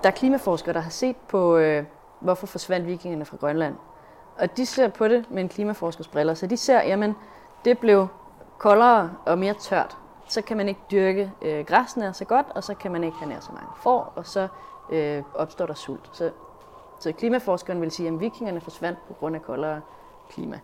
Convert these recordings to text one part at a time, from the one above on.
Der er klimaforskere, der har set på, hvorfor forsvandt vikingerne fra Grønland. Og de ser på det med en klimaforskers briller, så de ser, jamen, det blev koldere og mere tørt. Så kan man ikke dyrke græsnær så godt, og så kan man ikke have nær så mange får, og så opstår der sult. Så klimaforskeren vil sige, at vikingerne forsvandt på grund af koldere klima.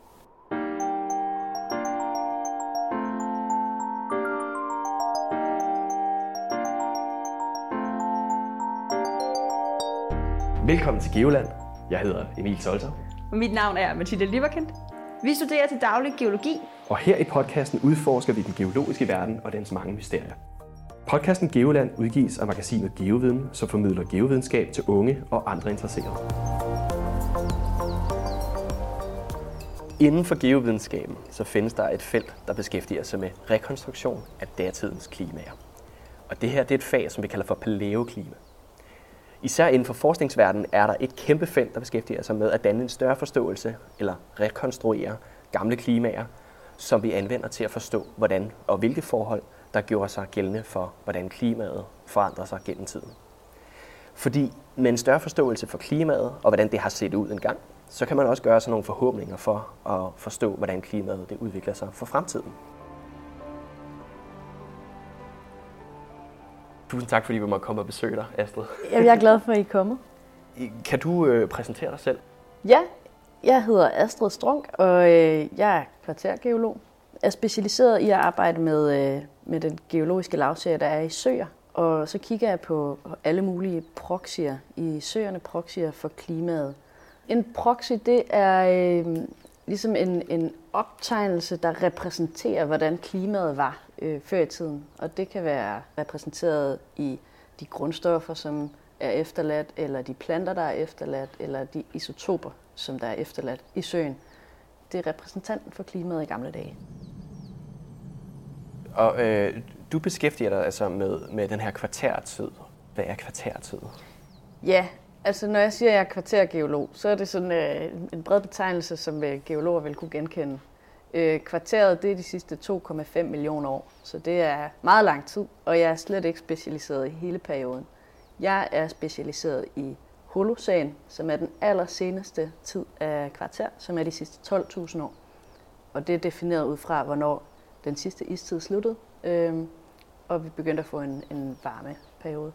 Velkommen til Geoland. Jeg hedder Emil Solter. Og mit navn er Mathilde Liverkendt. Vi studerer til daglig geologi. Og her i podcasten udforsker vi den geologiske verden og dens mange mysterier. Podcasten Geoland udgives af magasinet Geoviden, som formidler geovidenskab til unge og andre interesserede. Inden for geovidenskaben så findes der et felt, der beskæftiger sig med rekonstruktion af datidens klimaer. Og det her det er et fag, som vi kalder for paleoklima. Især inden for forskningsverdenen er der et kæmpe felt, der beskæftiger sig med at danne en større forståelse eller rekonstruere gamle klimaer, som vi anvender til at forstå, hvordan og hvilke forhold, der gjorde sig gældende for, hvordan klimaet forandrer sig gennem tiden. Fordi med en større forståelse for klimaet og hvordan det har set ud engang, så kan man også gøre sig nogle forhåbninger for at forstå, hvordan klimaet det udvikler sig for fremtiden. Tusind tak, fordi vi måtte komme og besøge dig, Astrid. Jeg er glad for, at I er kommet. Kan du præsentere dig selv? Ja, jeg hedder Astrid Strunk, og jeg er kvartærgeolog. Jeg er specialiseret i at arbejde med den geologiske lavserie, der er i søer. Og så kigger jeg på alle mulige proxyer i søerne, proxyer for klimaet. En proxy, det er ligesom en optegnelse, der repræsenterer, hvordan klimaet var før i tiden. Og det kan være repræsenteret i de grundstoffer, som er efterladt, eller de planter, der er efterladt, eller de isotoper, som der er efterladt i søen. Det er repræsentanten for klimaet i gamle dage. Og du beskæftiger dig altså med den her kvartærtid. Hvad er kvartærtid? Ja, altså når jeg siger, at jeg er kvartærgeolog, så er det sådan en bred betegnelse, som geologer vil kunne genkende. Kvarteret, det er de sidste 2,5 millioner år, så det er meget lang tid, og jeg er slet ikke specialiseret i hele perioden. Jeg er specialiseret i Holocæn, som er den allerseneste tid af kvartær, som er de sidste 12.000 år. Og det er defineret ud fra, hvornår den sidste istid sluttede, og vi begyndte at få en varme periode.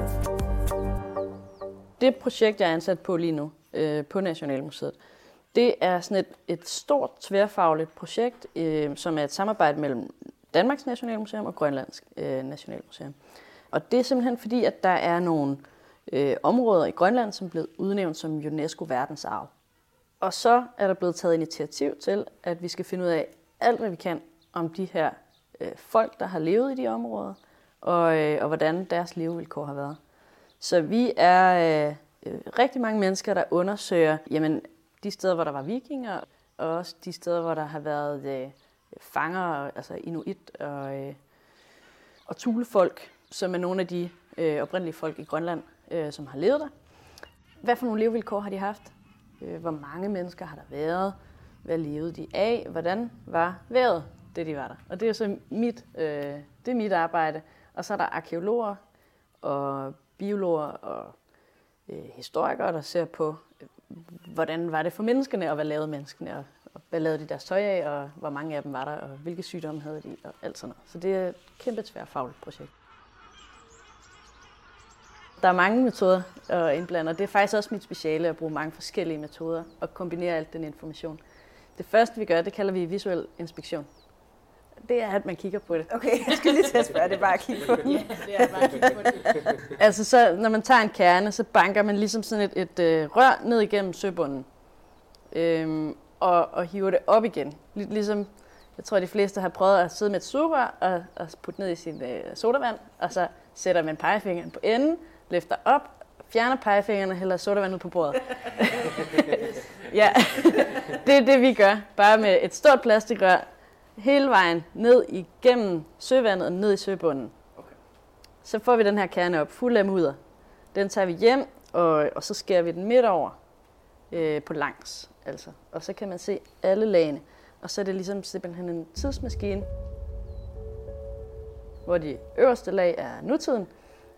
Det projekt, jeg er ansat på lige nu på Nationalmuseet, det er sådan et stort tværfagligt projekt, som er et samarbejde mellem Danmarks Nationalmuseum og Grønlands Nationalmuseum. Og det er simpelthen fordi, at der er nogle områder i Grønland, som er blevet udnævnt som UNESCO verdensarv. Og så er der blevet taget initiativ til, at vi skal finde ud af alt, hvad vi kan om de her folk, der har levet i de områder, og hvordan deres levevilkår har været. Så vi er rigtig mange mennesker, der undersøger jamen, de steder, hvor der var vikinger, og også de steder, hvor der har været fanger, altså inuit og thulefolk, som er nogle af de oprindelige folk i Grønland, som har levet der. Hvad for nogle levevilkår har de haft? Hvor mange mennesker har der været? Hvad levede de af? Hvordan var vejret, det de var der? Og det er så mit arbejde. Og så er der arkæologer og biologer og historikere, der ser på, hvordan var det for menneskene, og hvad lavede menneskene, og hvad lavede de deres tøj af, og hvor mange af dem var der, og hvilke sygdomme havde de, og alt sådan noget. Så det er et kæmpe tværfagligt projekt. Der er mange metoder at indblande, og det er faktisk også mit speciale at bruge mange forskellige metoder og kombinere alt den information. Det første vi gør, det kalder vi visuel inspektion. Det er, at man kigger på det. Okay, jeg skal lige til at spørge, det er bare at kigge på den. Ja, det er bare at kigge på det. Altså, så, når man tager en kerne, så banker man ligesom sådan et rør ned igennem søbunden. Og hiver det op igen. Lidt ligesom, jeg tror, de fleste har prøvet at sidde med et sugerør og putte ned i sin sodavand, og så sætter man pegefingeren på enden, løfter op, fjerner pegefingeren og hælder sodavandet på bordet. Ja, det er det, vi gør. Bare med et stort plastikrør, hele vejen ned igennem søvandet og ned i søbunden. Okay. Så får vi den her kerne op, fuld af mudder. Den tager vi hjem, og så skærer vi den midt over på langs. Altså. Og så kan man se alle lagene. Og så er det ligesom simpelthen en tidsmaskine, hvor de øverste lag er nutiden,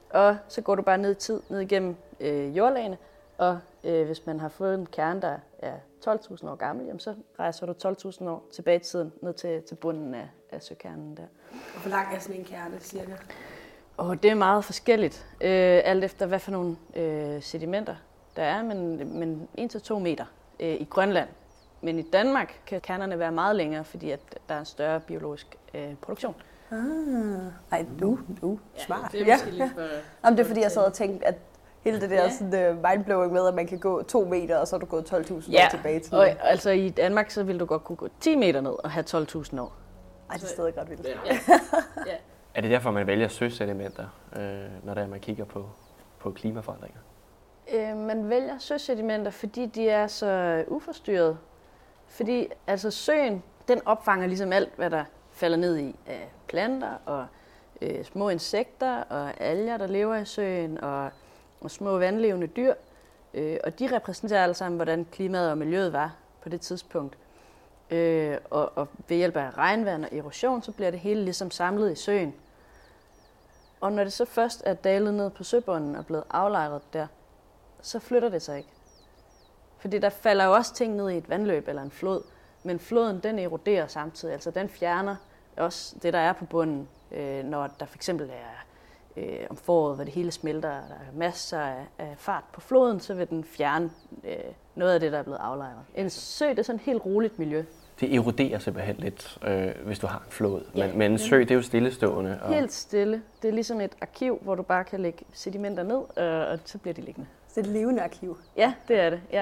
Og så går du bare ned igennem jordlagene, og hvis man har fået en kerne, der er 12.000 år gammel, jamen, så rejser du 12.000 år tilbage i tiden, ned til bunden af søkernen der. Og hvor lang er sådan en kerne, cirka? Og det er meget forskelligt, alt efter hvad for nogle sedimenter der er, men 1-2 meter i Grønland. Men i Danmark kan kernerne være meget længere, fordi at der er en større biologisk produktion. Ej, smart. Det er måske lige for... Jamen, det er fordi, jeg sad og tænkte, at hele det der sådan, mindblowing med, at man kan gå 2 meter, og så er du gået 12.000 år tilbage til. Og altså i Danmark, så vil du godt kunne gå 10 meter ned og have 12.000 år. Ej, det er stadig godt vildt. Ja. Er det derfor, man vælger søsedimenter, når der man kigger på klimaforandringer? Man vælger søsedimenter, fordi de er så uforstyrret. Fordi altså søen, den opfanger ligesom alt, hvad der falder ned i af planter og små insekter og alger, der lever i søen og små vandlevende dyr. Og de repræsenterer alle sammen, hvordan klimaet og miljøet var på det tidspunkt. Og ved hjælp af regnvand og erosion, så bliver det hele ligesom samlet i søen. Og når det så først er dalet ned på søbunden og blevet aflejret der, så flytter det sig ikke. Fordi der falder jo også ting ned i et vandløb eller en flod, men floden den eroderer samtidig, altså den fjerner også det, der er på bunden. Når der for eksempel er om foråret, hvor det hele smelter, og der er masser af fart på floden, så vil den fjerne noget af det, der er blevet aflejret. En sø, det er sådan et helt roligt miljø. Det eroderer simpelthen lidt, hvis du har en flod. Men en sø, det er jo stillestående. Og... Helt stille. Det er ligesom et arkiv, hvor du bare kan lægge sedimenter ned, og så bliver de liggende. Så det er et levende arkiv? Ja, det er det. Ja.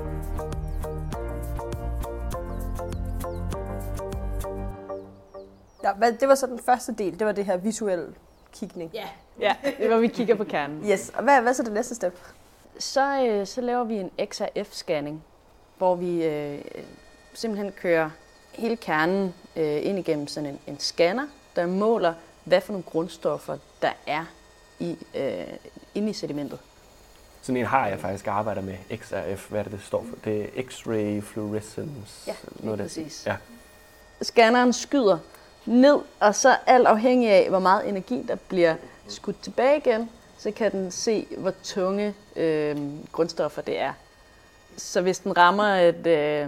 Ja, det var så den første del, det var det her visuelle kigning. Ja, det var, vi kigger på kernen. Yes, og hvad er så det næste step? Så laver vi en XRF-scanning, hvor vi simpelthen kører hele kernen ind igennem sådan en scanner, der måler, hvad for nogle grundstoffer, der er inde i sedimentet. Sådan en har jeg faktisk arbejder med, XRF. Hvad er det står for? Det er X-ray fluorescence. Ja, noget præcis. Ja. Scanneren skyder ned, og så alt afhængig af, hvor meget energi, der bliver skudt tilbage igen, så kan den se, hvor tunge grundstoffer det er. Så hvis den rammer et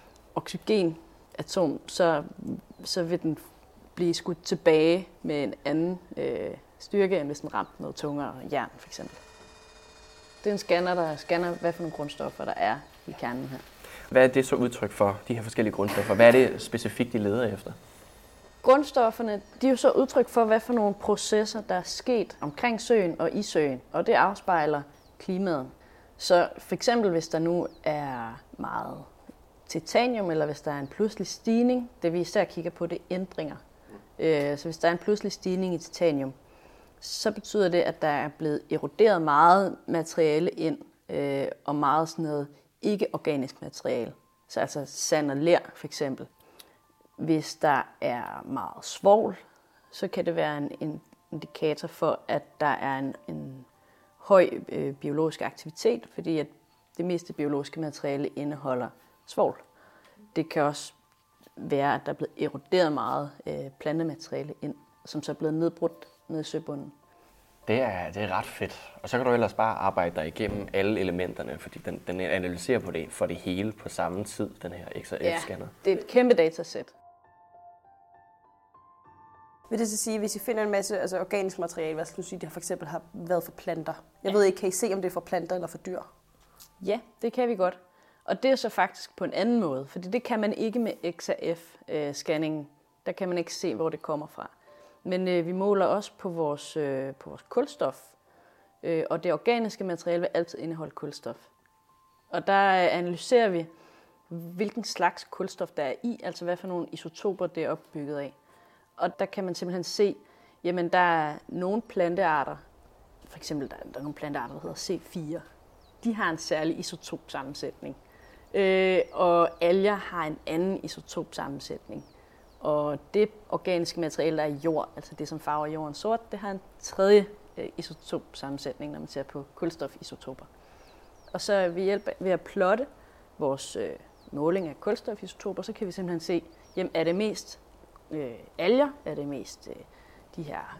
oxygenatom, så vil den blive skudt tilbage med en anden styrke, end hvis den ramte noget tungere jern, for eksempel. Det er en scanner, der scanner, hvad for nogle grundstoffer, der er i kernen her. Hvad er det så udtryk for, de her forskellige grundstoffer? Hvad er det specifikt, de leder efter? Grundstofferne, de er jo så udtryk for, hvad for nogle processer, der er sket omkring søen og i søen, og det afspejler klimaet. Så for eksempel, hvis der nu er meget titanium, eller hvis der er en pludselig stigning, det vi især kigger på, det er ændringer. Så hvis der er en pludselig stigning i titanium, så betyder det, at der er blevet eroderet meget materiale ind, og meget sådan noget ikke-organisk materiale. Så altså sand og ler for eksempel. Hvis der er meget svovl, så kan det være en indikator for, at der er en høj biologisk aktivitet, fordi at det meste biologiske materiale indeholder svovl. Det kan også være, at der er blevet eroderet meget plantemateriale ind, som så er blevet nedbrudt ned i søbunden. Det er ret fedt. Og så kan du ellers bare arbejde dig igennem alle elementerne, fordi den analyserer på det for det hele på samme tid, den her XRF-scanner. Ja, det er et kæmpe datasæt. Vil det så sige, hvis I finder en masse organisk materiale, hvad skal du sige, det for eksempel har været for planter? Jeg ved ikke, kan I se, om det er for planter eller for dyr? Ja, det kan vi godt. Og det er så faktisk på en anden måde, for det kan man ikke med XRF-scanningen. Der kan man ikke se, hvor det kommer fra. Men vi måler også på vores kulstof, og det organiske materiale vil altid indeholde kulstof. Og der analyserer vi, hvilken slags kulstof der er i, altså hvad for nogle isotoper det er opbygget af. Og der kan man simpelthen se, jamen der er nogle plantearter, for eksempel der er nogle plantearter, der hedder C4. De har en særlig isotopsammensætning. Og alger har en anden isotopsammensætning. Og det organiske materiale, der er i jord, altså det, som farver jorden sort, det har en tredje isotopsammensætning, når man ser på kulstofisotoper. Og så ved at plotte vores måling af kulstofisotoper, så kan vi simpelthen se, jamen, er det mest alger, er det mest de her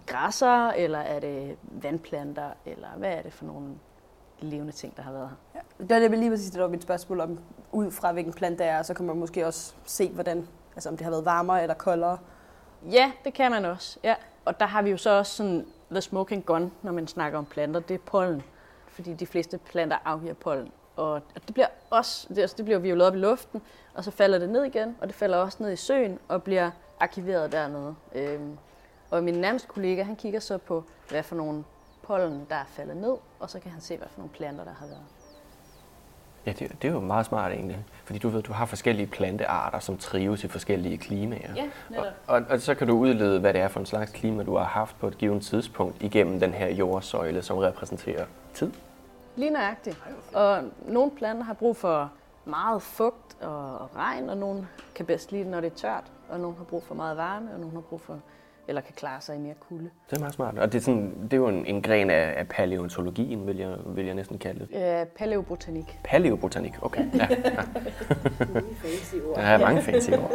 græsser, eller er det vandplanter, eller hvad er det for nogle levende ting, der har været her? Ja. Det er det lige præcis, det var mit spørgsmål om, ud fra hvilken plante det er, så kan man måske også se, hvordan, altså om det har været varmere eller koldere. Ja, det kan man også. Ja. Og der har vi jo så også sådan the smoking gun, når man snakker om planter, det er pollen. Fordi de fleste planter afgiver pollen. Og det bliver også, det bliver virvlet op i luften, og så falder det ned igen, og det falder også ned i søen og bliver arkiveret dernede. Og min nærmeste kollega, han kigger så på, hvad for nogle pollen, der er faldet ned, og så kan han se, hvad for nogle planter, der har været. Ja, det er jo meget smart egentlig, fordi du ved, du har forskellige plantearter, som trives i forskellige klimaer. Ja, netop. Og så kan du udlede, hvad det er for en slags klima, du har haft på et givet tidspunkt igennem den her jordsøjle, som repræsenterer tid. Lige nøjagtigt. Og nogle planter har brug for meget fugt og regn, og nogle kan bedst lide det, når det er tørt, og nogle har brug for meget varme, og nogle har brug for, eller kan klare sig i mere kulde. Det er meget smart, og det er jo en gren af palæontologien, vil jeg næsten kalde det. Palæobotanik. Palæobotanik, okay. Ja. Der er mange fancy ord.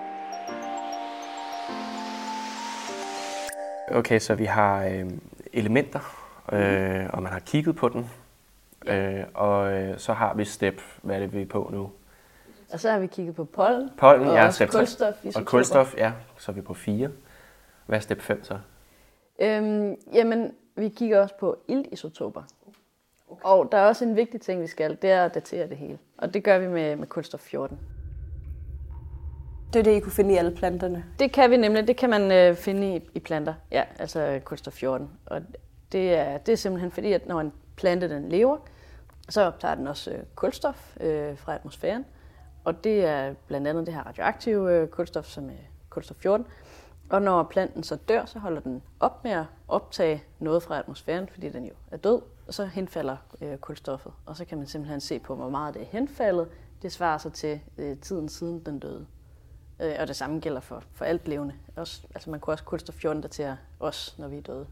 Okay, så vi har elementer, og man har kigget på den. Og så har vi step, hvad er det vi er på nu? Og så har vi kigget på pollen, og ja, også kulstof. Og kulstof, ja, så er vi på 4. Hvad er step 5 så? Jamen, vi kigger også på iltisotoper. Okay. Og der er også en vigtig ting, vi skal, det er at datere det hele. Og det gør vi med kulstof 14. Det er det, I kunne finde i alle planterne? Det kan vi nemlig. Det kan man finde i planter. Ja, altså kulstof 14. Og det er simpelthen fordi, at når en plante den lever, så optager den også kulstof fra atmosfæren. Og det er blandt andet det her radioaktive kulstof, som er kulstof 14. Og når planten så dør, så holder den op med at optage noget fra atmosfæren, fordi den jo er død. Og så henfalder kulstoffet. Og så kan man simpelthen se på, hvor meget det er henfaldet. Det svarer sig til tiden siden den døde. Og det samme gælder for alt levende. Også, altså man kunne også kulstof 14 datere os, når vi er døde.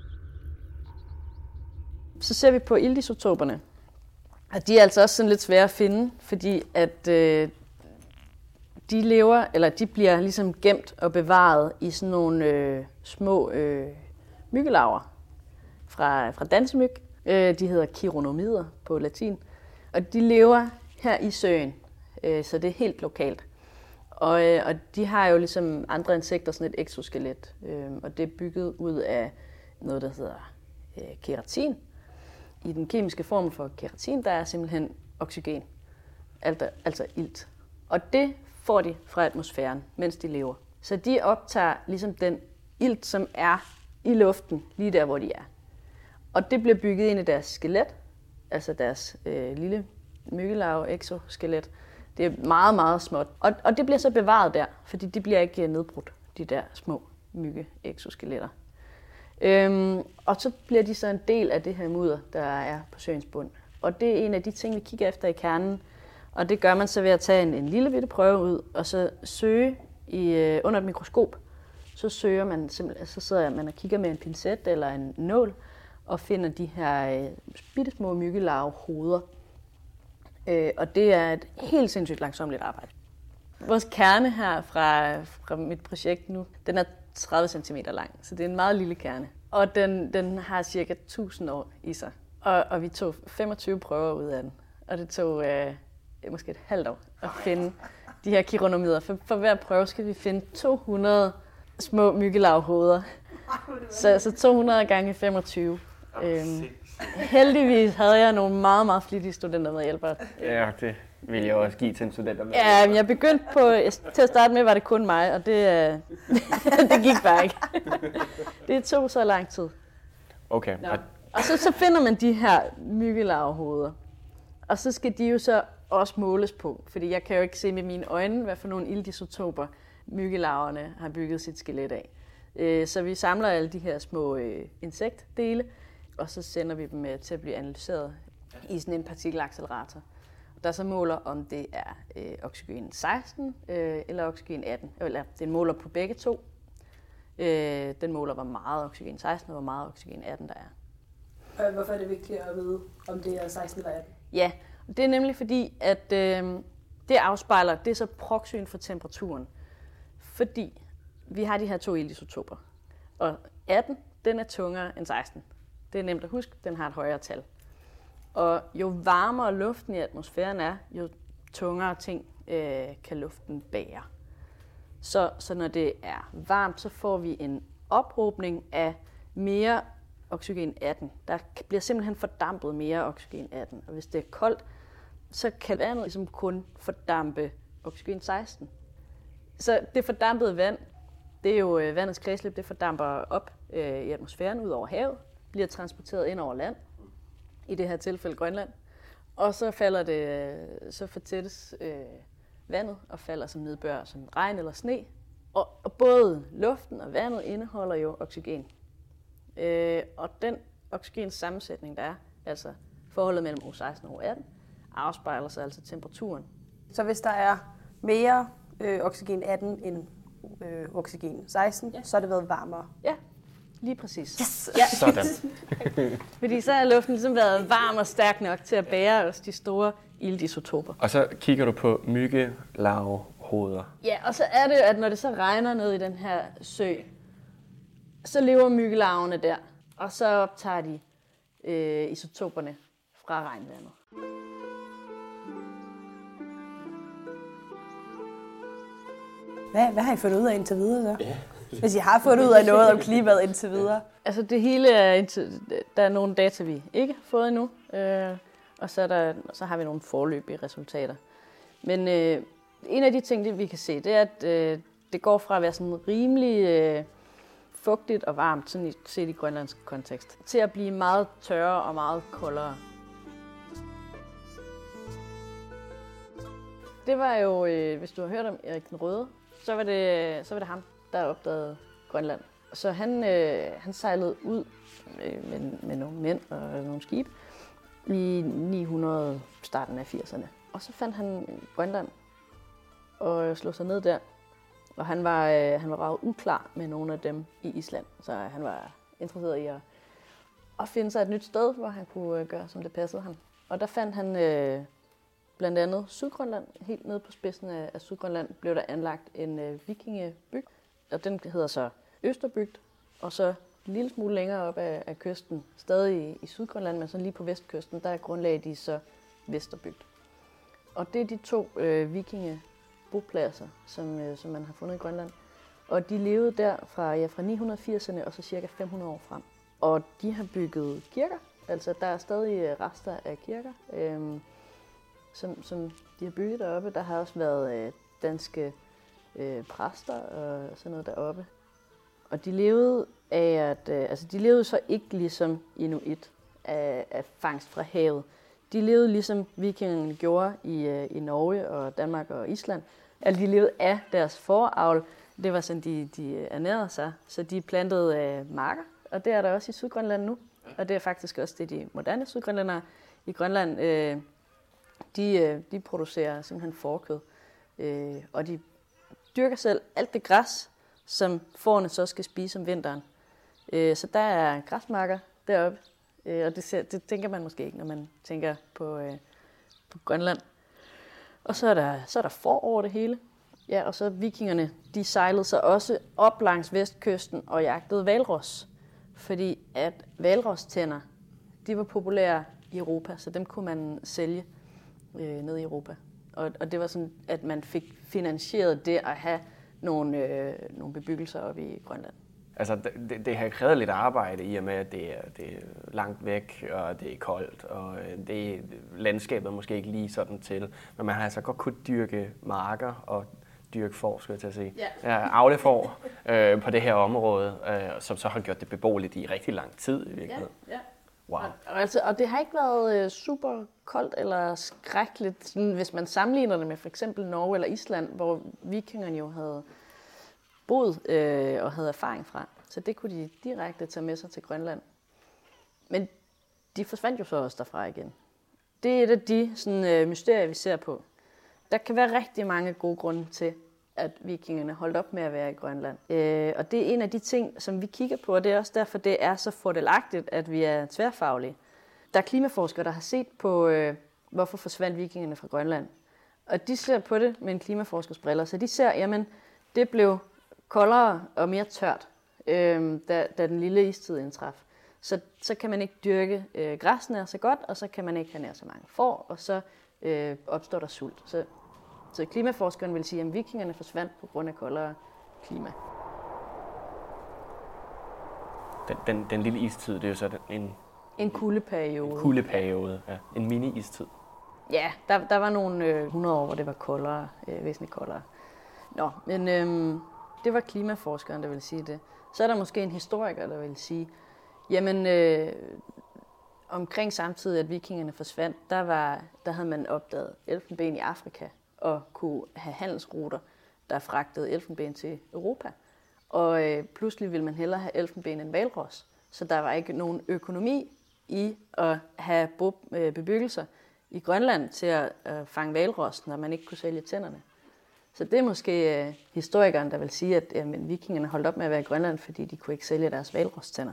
Så ser vi på iltisotoperne. Og de er altså også sådan lidt svære at finde, fordi at de bliver ligesom gemt og bevaret i sådan nogle små myggelarver fra dansemyg. De hedder chironomider på latin. Og de lever her i søen, så det er helt lokalt. Og de har jo ligesom andre insekter sådan et exoskelet, og det er bygget ud af noget, der hedder keratin. I den kemiske formel for keratin, der er simpelthen oxygen, altså ilt. Og det får de fra atmosfæren, mens de lever. Så de optager ligesom den ilt, som er i luften, lige der, hvor de er. Og det bliver bygget ind i deres skelet, altså deres lille myggelarve, exoskelet. Det er meget, meget småt. Og det bliver så bevaret der, fordi de bliver ikke nedbrudt, de der små mygge-exoskeletter. Og så bliver de så en del af det her mudder, der er på søens bund. Og det er en af de ting, vi kigger efter i kernen. Og det gør man så ved at tage en lille bitte prøve ud, og så søge under et mikroskop. Så søger man simpelthen, så sidder man og kigger med en pincet eller en nål, og finder de her bitte små myggelarvehoveder. Og det er et helt sindssygt langsommeligt arbejde. Vores kerne her fra mit projekt nu, den er 30 cm lang, så det er en meget lille kerne. Og den har cirka 1000 år i sig. Og vi tog 25 prøver ud af den. Og det tog måske et halvt år at finde de her chironomider. For hver prøve skal vi finde 200 små myggelarvehoveder. Så 200 gange 25. Heldigvis havde jeg nogle meget, meget flittige studenter med hjælpere. Ja, det vil jeg også give til en studenter med. Ja, jeg begyndte til at starte med, var det kun mig, og det gik bare ikke. Det tog så lang tid. Okay. Og så finder man de her myggelarvehoveder. Og så skal de jo så også måles på, fordi jeg kan jo ikke se med mine øjne, hvad for nogle iltisotoper myggelarverne har bygget sit skelet af. Så vi samler alle de her små insektdele, og så sender vi dem til at blive analyseret i sådan en partikelaccelerator, der så måler, om det er oxygen 16 eller oxygen 18. Eller den måler på begge to. Den måler, hvor meget oxygen 16 og hvor meget oxygen 18 der er. Hvorfor er det vigtigt at vide, om det er 16 eller 18? Ja, det er nemlig fordi, at det afspejler, det er så proxyen for temperaturen. Fordi vi har de her to iltisotoper. Og 18, den er tungere end 16. Det er nemt at huske, den har et højere tal. Og jo varmere luften i atmosfæren er, jo tungere ting kan luften bære. Så når det er varmt, så får vi en ophobning af mere oxygen 18. Der bliver simpelthen fordampet mere oxygen 18. Og hvis det er koldt, så kan vandet ligesom kun fordampe oxygen 16. Så det fordampede vand, det er jo vandets kredsløb, det fordamper op i atmosfæren ud over havet, bliver transporteret ind over land, i det her tilfælde Grønland, og så så fortættes vandet og falder som nedbør, som regn eller sne. Og både luften og vandet indeholder jo oxygen. Og den oxygens sammensætning, der er, altså forholdet mellem O16 og O18, afspejler sig altså temperaturen. Så hvis der er mere oxygen 18 end oxygen 16, så har det været varmere. Ja, lige præcis. Yes! Ja. Sådan. Fordi så har luften ligesom været varm og stærk nok til at bære os de store iltisotoper. Og så kigger du på myggelarvehoveder. Ja, og så er det jo, at når det så regner ned i den her sø, så lever myggelarverne der, og så optager de isotoperne fra regnvandet. Hvad har I fundet ud af indtil videre så? Ja. Hvis I har fundet ud af noget om klimaet indtil videre. Altså det hele er der er nogle data, vi ikke har fået endnu, og så har vi nogle foreløbige resultater. Men en af de ting, vi kan se, det er, at det går fra at være sådan rimelig fugtigt og varmt, sådan set i grønlandsk kontekst, til at blive meget tørre og meget koldere. Det var jo, hvis du har hørt om Erik den Røde, så var det ham, der opdagede Grønland. Så han sejlede ud med nogle mænd og nogle skibe i 900, starten af 80'erne. Og så fandt han Grønland og slog sig ned der. Og han var ret uklar med nogle af dem i Island, så han var interesseret i at finde sig et nyt sted, hvor han kunne gøre, som det passede ham. Og der fandt han blandt andet Sydgrønland. Helt nede på spidsen af Sydgrønland blev der anlagt en vikingebygd, og den hedder så Østerbygd. Og så en lille smule længere op af kysten, stadig i Sydgrønland, men så lige på vestkysten, der grundlagde de så Vesterbygd. Og det er de to vikingebopladser, som man har fundet i Grønland. Og de levede der fra 980'erne og så cirka 500 år frem. Og de har bygget kirker, altså der er stadig rester af kirker, som de har bygget deroppe. Der har også været danske præster og sådan noget deroppe. Og de levede af de levede så ikke ligesom inuit af fangst fra havet. De levede ligesom vikingerne gjorde i Norge og Danmark og Island. Altså de levede af deres foravl. Det var sådan, de ernærede sig. Så de plantede marker, og det er der også i Sydgrønland nu. Og det er faktisk også det, de moderne sydgrønlændere i Grønland, de producerer simpelthen fårekød. Og de dyrker selv alt det græs, som fårene så skal spise om vinteren. Så der er græsmarker deroppe, og det tænker man måske ikke, når man tænker på Grønland. Og så er der får over det hele. Ja, og så vikingerne, de sejlede så også op langs vestkysten og jagtede hvalros. Fordi at hvalrostænder, de var populære i Europa, så dem kunne man sælge ned i Europa. Og det var sådan, at man fik finansieret det at have nogle bebyggelser oppe i Grønland. Altså, det har krævet lidt arbejde i og med, at det er langt væk, og det er koldt, og landskabet er måske ikke lige sådan til. Men man har altså godt kunnet dyrke marker og dyrke får, skulle jeg til at sige. Avlefår på det her område, som så har gjort det beboeligt i rigtig lang tid i virkeligheden. Ja. Wow. Og det har ikke været super koldt eller skrækkeligt, sådan, hvis man sammenligner det med for eksempel Norge eller Island, hvor vikingerne jo havde boet og havde erfaring fra. Så det kunne de direkte tage med sig til Grønland. Men de forsvandt jo så også derfra igen. Det er et af de sådan, mysterier, vi ser på. Der kan være rigtig mange gode grunde til, at vikingerne holdt op med at være i Grønland. Og det er en af de ting, som vi kigger på, og det er også derfor, det er så fordelagtigt, at vi er tværfaglige. Der er klimaforskere, der har set på, hvorfor forsvandt vikingerne fra Grønland. Og de ser på det med en klimaforskers briller, så de ser, jamen, det blev koldere og mere tørt. da den lille istid indtraf. Så kan man ikke dyrke græsnær så godt, og så kan man ikke have nær så mange får, og så opstår der sult. Så klimaforskeren vil sige, at vikingerne forsvandt på grund af koldere klima. Den lille istid, det er jo så En kuldeperiode. En kuldeperiode, ja. En mini-istid. Ja, der var nogle 100 år, hvor det var koldere, væsentligt koldere. Nå, men det var klimaforskeren, der vil sige det. Så er der måske en historiker, der vil sige, jamen omkring samtidig, at vikingerne forsvandt, der havde man opdaget elfenben i Afrika og kunne have handelsruter, der fragtede elfenben til Europa. Og pludselig ville man hellere have elfenben end hvalros. Så der var ikke nogen økonomi i at have bebyggelser i Grønland til at fange hvalros, når man ikke kunne sælge tænderne. Så det er måske historikeren, der vil sige, at vikingerne holdt op med at være i Grønland, fordi de kunne ikke sælge deres hvalrostænder.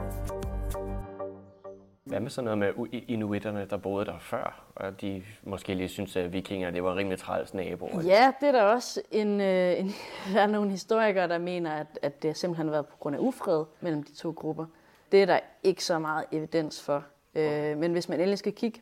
Hvad med sådan noget med inuitterne, der boede der før, og de måske lige synes, at vikingerne det var rimelig træls naboer? Ja, det er der også der er nogle historikere, der mener, at det simpelthen har været på grund af ufred mellem de to grupper. Det er der ikke så meget evidens for. Men hvis man endelig skal kigge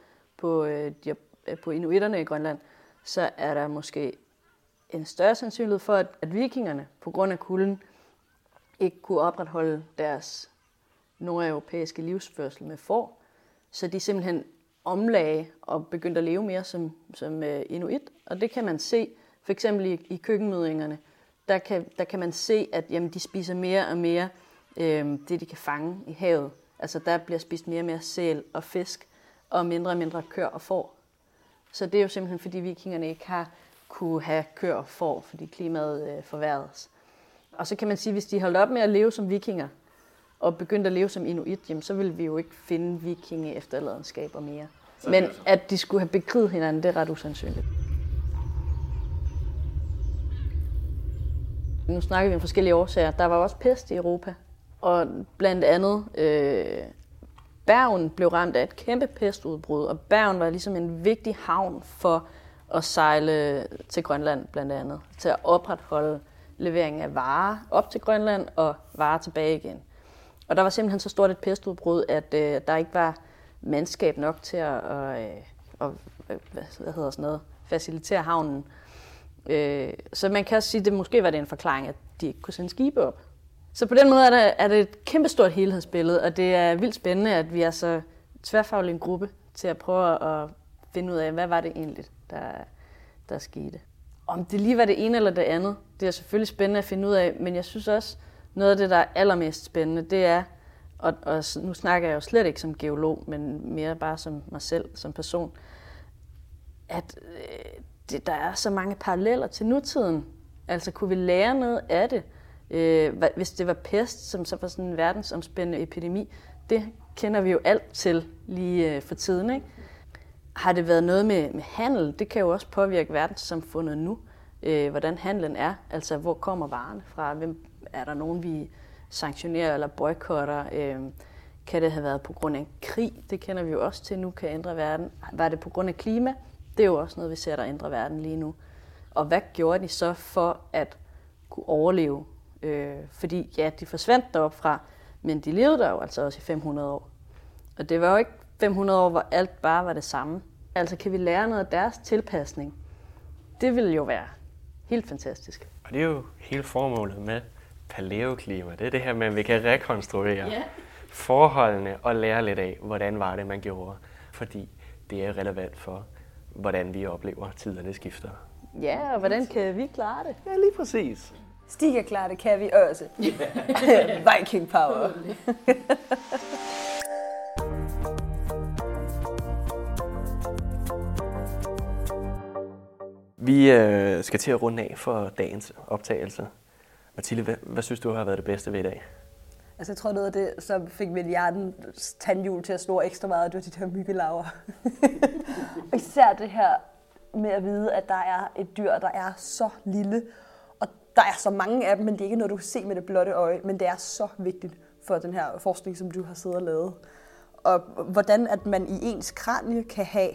på inuitterne i Grønland, så er der måske en større sandsynlighed for, at vikingerne på grund af kulden ikke kunne opretholde deres nordeuropæiske livsførsel med får, så de simpelthen omlagde og begyndte at leve mere som inuit. Og det kan man se, for eksempel i køkkenmødingerne, der kan man se, at jamen, de spiser mere og mere det, de kan fange i havet. Altså der bliver spist mere og mere sæl og fisk, og mindre køer og får. Så det er jo simpelthen, fordi vikingerne ikke har kunne have køer og får, fordi klimaet forværredes. Og så kan man sige, at hvis de holdt op med at leve som vikinger, og begyndte at leve som inuit, jamen, så ville vi jo ikke finde vikinge efterladenskaber mere. Men at de skulle have bekriget hinanden, det er ret usandsynligt. Nu snakker vi om forskellige årsager. Der var også pest i Europa, og blandt andet Bergen blev ramt af et kæmpe pestudbrud, og Bergen var ligesom en vigtig havn for at sejle til Grønland blandt andet, til at opretholde leveringen af varer op til Grønland og varer tilbage igen. Og der var simpelthen så stort et pestudbrud, at der ikke var mandskab nok til at facilitere havnen. Så man kan også sige, at det måske var det en forklaring, at de ikke kunne sende skibe op. Så på den måde er det et kæmpestort helhedsbillede, og det er vildt spændende, at vi er så tværfaglig en gruppe til at prøve at finde ud af, hvad var det egentlig, der skete. Om det lige var det ene eller det andet, det er selvfølgelig spændende at finde ud af, men jeg synes også, noget af det, der er allermest spændende, det er, og nu snakker jeg jo slet ikke som geolog, men mere bare som mig selv, som person, at der er så mange paralleller til nutiden. Altså kunne vi lære noget af det? Hvis det var pest, som så var sådan en verdensomspændende epidemi, det kender vi jo alt til lige for tiden, ikke? Har det været noget med handel? Det kan jo også påvirke verdenssamfundet nu, hvordan handlen er. Altså hvor kommer varerne fra? Er der nogen, vi sanktionerer eller boykotter? Kan det have været på grund af en krig? Det kender vi jo også til nu, kan ændre verden. Var det på grund af klima? Det er jo også noget, vi ser, der ændrer verden lige nu. Og hvad gjorde de så for at kunne overleve? Fordi ja, de forsvandt deroppe fra, men de levede der jo altså også i 500 år. Og det var jo ikke 500 år, hvor alt bare var det samme. Altså kan vi lære noget af deres tilpasning? Det ville jo være helt fantastisk. Og det er jo hele formålet med paleoklima. Det er det her med, at vi kan rekonstruere forholdene og lære lidt af, hvordan var det, man gjorde. Fordi det er relevant for, hvordan vi oplever tiderne skifter. Ja, og hvordan kan vi klare det? Ja, lige præcis. Stig kan klare det, kan vi også. Viking power. Vi skal til at runde af for dagens optagelse. Mathilde, hvad synes du har været det bedste ved i dag? Altså, jeg tror noget af det, som fik mit hjertens tandhjul til at slå ekstra meget, det var de der myggelarver. Og især det her med at vide, at der er et dyr, der er så lille, og der er så mange af dem, men det er ikke noget, du kan se med det blotte øje, men det er så vigtigt for den her forskning, som du har siddet og lavet. Og hvordan at man i ens kranie kan have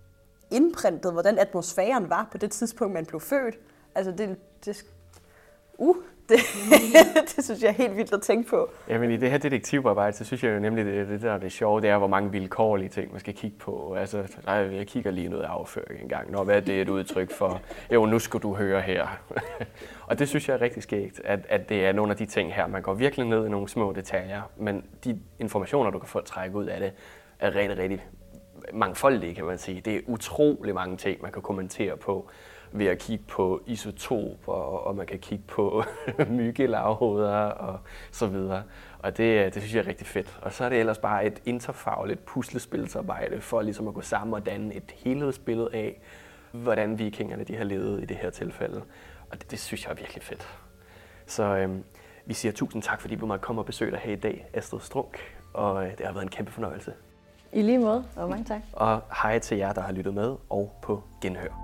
indprintet, hvordan atmosfæren var på det tidspunkt, man blev født. Altså Det synes jeg er helt vildt at tænke på. Jamen i det her detektivarbejde, så synes jeg jo nemlig, det der er det sjove, det er, hvor mange vilkårlige ting, man skal kigge på. Altså, jeg kigger lige noget afføring en gang. Hvad er det et udtryk for? Jo, nu skal du høre her. Og det synes jeg er rigtig skægt, at det er nogle af de ting her. Man går virkelig ned i nogle små detaljer, men de informationer, du kan få trække ud af det, er rigtig, rigtig mangfoldige, kan man sige. Det er utrolig mange ting, man kan kommentere på ved at kigge på isotoper, og man kan kigge på myggelavhoveder og så videre. Og det synes jeg er rigtig fedt. Og så er det ellers bare et interfagligt puslespilsarbejde for ligesom at gå sammen og danne et helhedsbillede af, hvordan vikingerne de har levet i det her tilfælde. Og det synes jeg er virkelig fedt. Så vi siger tusind tak, fordi du måtte komme og besøge dig her i dag, Astrid Strunk. Og det har været en kæmpe fornøjelse. I lige måde, og mange tak. Og hej til jer, der har lyttet med og på genhør.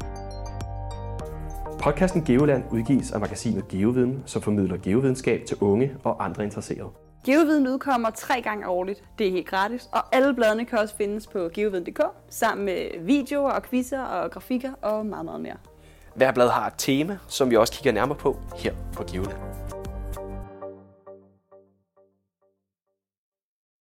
Podcasten Geoland udgives af magasinet Geoviden, som formidler geovidenskab til unge og andre interesserede. Geoviden udkommer 3 gange årligt. Det er helt gratis, og alle bladene kan også findes på geoviden.dk, sammen med videoer og quizzer og grafikker og meget, meget mere. Hver blad har et tema, som vi også kigger nærmere på her på Geoland.